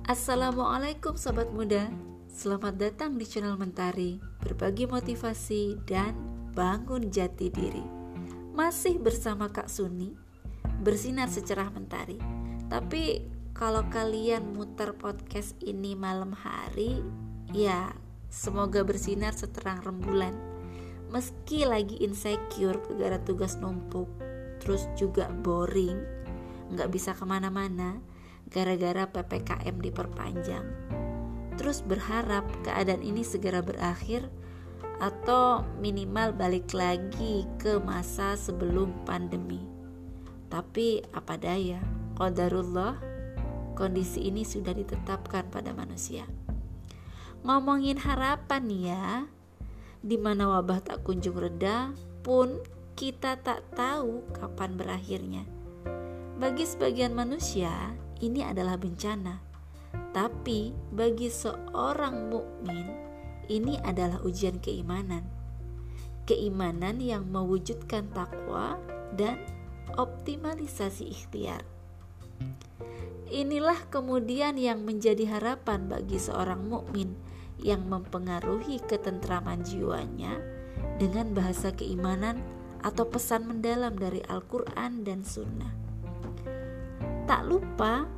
Assalamualaikum Sobat Muda. Selamat datang di channel Mentari, berbagi motivasi dan bangun jati diri. Masih bersama Kak Suni, bersinar secerah mentari. Tapi kalau kalian muter podcast ini malam hari, ya semoga bersinar seterang rembulan. Meski lagi insecure gara-gara tugas numpuk, terus juga boring, gak bisa kemana-mana gara-gara PPKM diperpanjang. Terus berharap keadaan ini segera berakhir atau minimal balik lagi ke masa sebelum pandemi. Tapi apa daya, qadarullah, kondisi ini sudah ditetapkan pada manusia. Ngomongin harapan ya, di mana wabah tak kunjung reda pun kita tak tahu kapan berakhirnya. Bagi sebagian manusia ini adalah bencana, tapi bagi seorang mukmin ini adalah ujian keimanan. Keimanan yang mewujudkan takwa dan optimalisasi ikhtiar. Inilah kemudian yang menjadi harapan bagi seorang mukmin yang mempengaruhi ketentraman jiwanya dengan bahasa keimanan atau pesan mendalam dari Al-Quran dan Sunnah. Tak lupa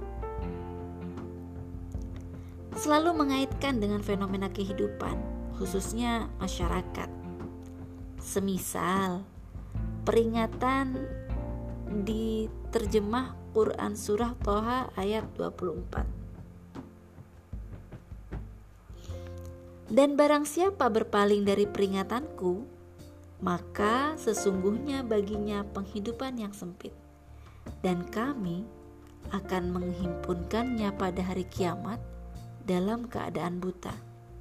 selalu mengaitkan dengan fenomena kehidupan, khususnya masyarakat. Semisal peringatan di terjemah Quran Surah Thaha ayat 24. Dan barang siapa berpaling dari peringatanku, maka sesungguhnya baginya penghidupan yang sempit, dan kami akan menghimpunkannya pada hari kiamat dalam keadaan buta.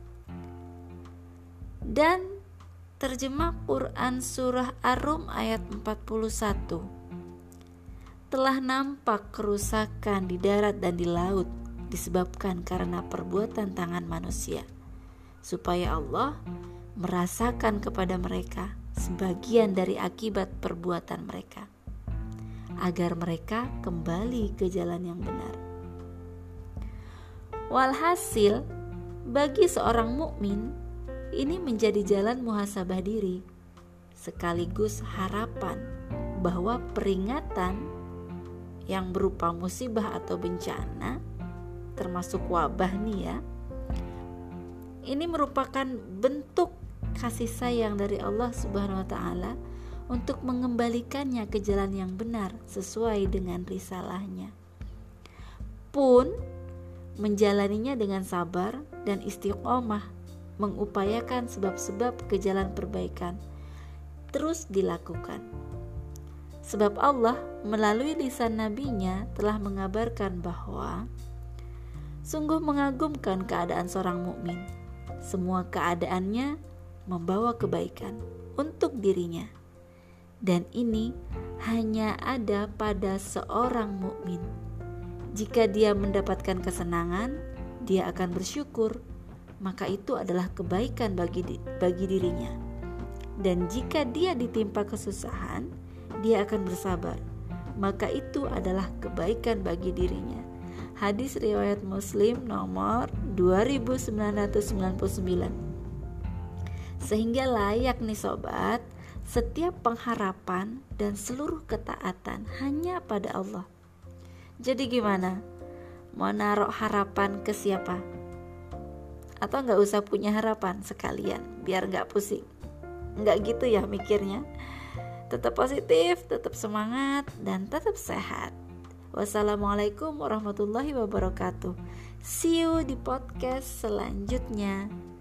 Dan terjemah Quran Surah Ar-Rum ayat 41. Telah nampak kerusakan di darat dan di laut disebabkan karena perbuatan tangan manusia, supaya Allah merasakan kepada mereka sebagian dari akibat perbuatan mereka, agar mereka kembali ke jalan yang benar. Walhasil, bagi seorang mukmin ini menjadi jalan muhasabah diri, sekaligus harapan bahwa peringatan yang berupa musibah atau bencana, termasuk wabah nih ya, ini merupakan bentuk kasih sayang dari Allah Subhanahu wa Ta'ala untuk mengembalikannya ke jalan yang benar sesuai dengan risalahnya, pun menjalaninya dengan sabar dan istiqomah, mengupayakan sebab-sebab ke jalan perbaikan terus dilakukan. Sebab Allah melalui lisan nabinya telah mengabarkan bahwa sungguh mengagumkan keadaan seorang mukmin. Semua keadaannya membawa kebaikan untuk dirinya. Dan ini hanya ada pada seorang mukmin. Jika dia mendapatkan kesenangan, dia akan bersyukur, maka itu adalah kebaikan bagi dirinya. Dan jika dia ditimpa kesusahan, dia akan bersabar, maka itu adalah kebaikan bagi dirinya. Hadis riwayat Muslim nomor 2999. Sehingga layak nih sobat, setiap pengharapan dan seluruh ketaatan hanya pada Allah. Jadi gimana? Mau naruh harapan ke siapa? Atau gak usah punya harapan sekalian, biar gak pusing? Gak gitu ya mikirnya. Tetap positif, tetap semangat, dan tetap sehat. Wassalamualaikum warahmatullahi wabarakatuh. See you di podcast selanjutnya.